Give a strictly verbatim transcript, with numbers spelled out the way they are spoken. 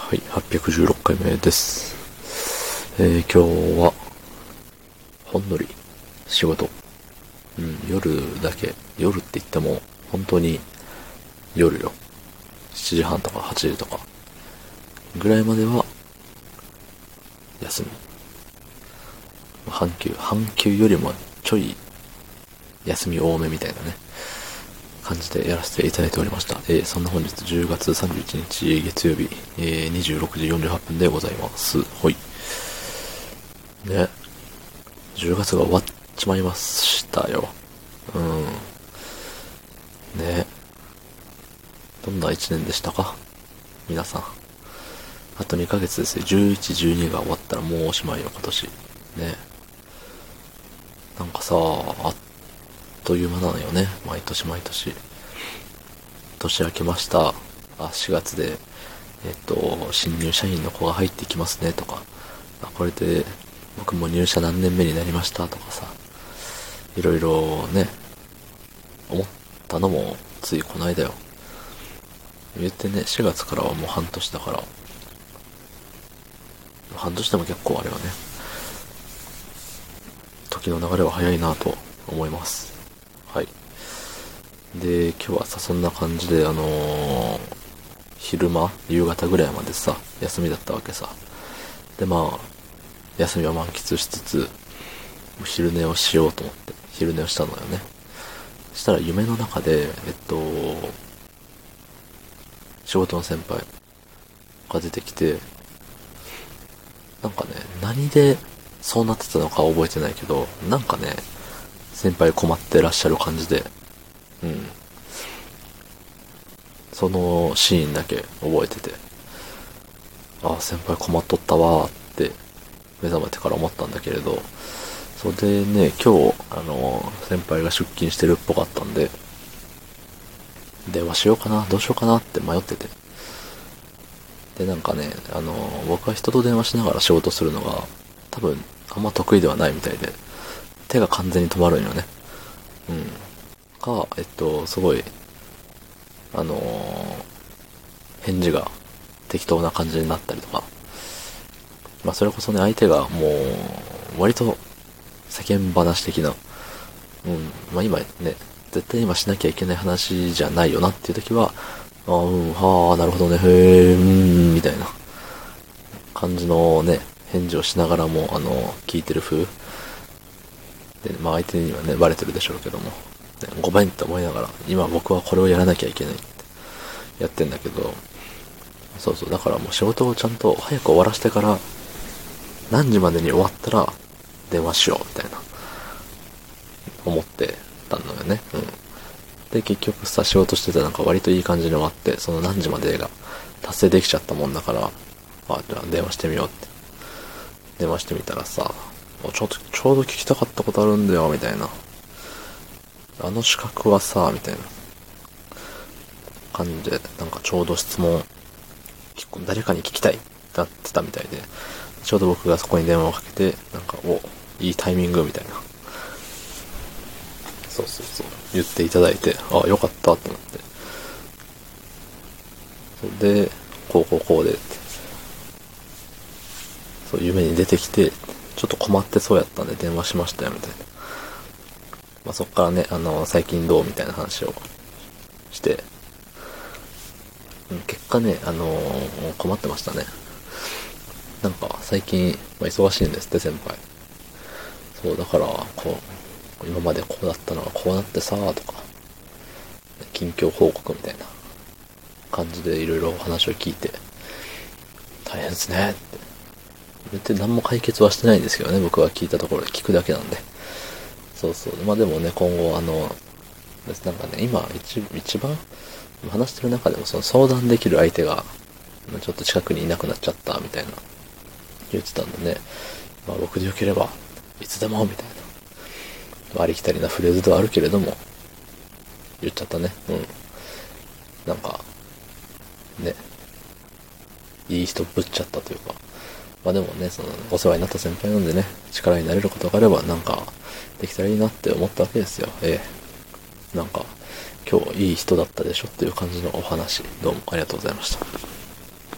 はい、はっぴゃくじゅうろっかいめです。えー、今日は、ほんのり、仕事。うん、夜だけ、夜って言っても、本当に、夜よ。しちじはんとかはちじとか、ぐらいまでは、休み。半休、半休よりもちょい、休み多めみたいなね、感じでやらせていただいておりました。えー、そんな本日じゅうがつさんじゅういちにち月曜日、えー、にじゅうろくじよんじゅうはっぷんでございます。ほい。ね、じゅうがつが終わっちまいましたよ。うん。ね、どんないちねんでしたか皆さん。あとにかげつですよ。じゅういち、じゅうにが終わったらもうおしまいよ、今年。ね。なんかさ、あっという間なのよね。毎年毎年。年明けました。あ、しがつで、えっと、新入社員の子が入ってきますね、とか。あ、これで、僕も入社何年目になりましたとかさ。いろいろね、思ったのも、ついこの間よ。言ってね、しがつからはもう半年だから、半年でも結構あれよね。時の流れは早いなと思います。はい。で、今日はさ、そんな感じで、あのー、昼間、夕方ぐらいまでさ、休みだったわけさ。で、まあ、休みを満喫しつつ、昼寝をしようと思って、昼寝をしたのよね。そしたら夢の中で、えっと、仕事の先輩が出てきて、なんかね、何でそうなってたのか覚えてないけど、なんかね、先輩困ってらっしゃる感じで、うん。そのシーンだけ覚えてて、ああ、先輩困っとったわーって目覚めてから思ったんだけれど、それでね、今日、あの、先輩が出勤してるっぽかったんで、電話しようかな、どうしようかなって迷ってて。で、なんかね、あの、僕は人と電話しながら仕事するのが、多分、あんま得意ではないみたいで、手が完全に止まるんよね。うん。か、えっと、すごい、あのー、返事が適当な感じになったりとか、まあそれこそね、相手がもう、割と世間話的な、うん、まあ今ね、絶対今しなきゃいけない話じゃないよなっていう時は、ああ、うん、はあ、なるほどね、へえ、うーん、みたいな感じのね、返事をしながらも、あの、聞いてる風。で、まあ相手にはね、バレてるでしょうけども、ね、ごめんって思いながら、今僕はこれをやらなきゃいけないってやってんだけど、そうそう、だからもう仕事をちゃんと早く終わらせてから、何時までに終わったら電話しよう、みたいな、思ってたのよね。うん。で、結局さ、仕事してたらなんか割といい感じに終わって、その何時までが達成できちゃったもんだから、あ、じゃあ電話してみようって。電話してみたらさ、ちょっと、ちょうど聞きたかったことあるんだよ、みたいな。あの資格はさ、みたいな感じで、なんかちょうど質問、誰かに聞きたいってなってたみたいで、ちょうど僕がそこに電話をかけて、なんか、お、いいタイミングみたいな。そうそうそう。言っていただいて、あ、よかったと思って。それで、こうこうこうで、そう、夢に出てきて、ちょっと困ってそうやったんで電話しましたよ、みたいな。まあ、そっからね、あの、最近どうみたいな話をして、結果ね、あのー、困ってましたね。なんか、最近、まあ、忙しいんですって、先輩。そう、だから、こう、今までこうだったのがこうなってさーとか、近況報告みたいな感じでいろいろ話を聞いて、大変ですねって。言って何も解決はしてないんですけどね、僕は聞いたところで聞くだけなんで。そうそう。まあでもね、今後あの、なんかね、今一一番話してる中でもその相談できる相手が、ちょっと近くにいなくなっちゃったみたいな言ってたんでね、まあ僕でよければ、いつでもみたいな、ありきたりなフレーズではあるけれども、言っちゃったね。うん。なんか、ね、いい人ぶっちゃったというか、まあでもね、その、お世話になった先輩なんでね、力になれることがあれば、なんか、できたらいいなって思ったわけですよ。ええ。なんか、今日いい人だったでしょっていう感じのお話、どうもありがとうございました。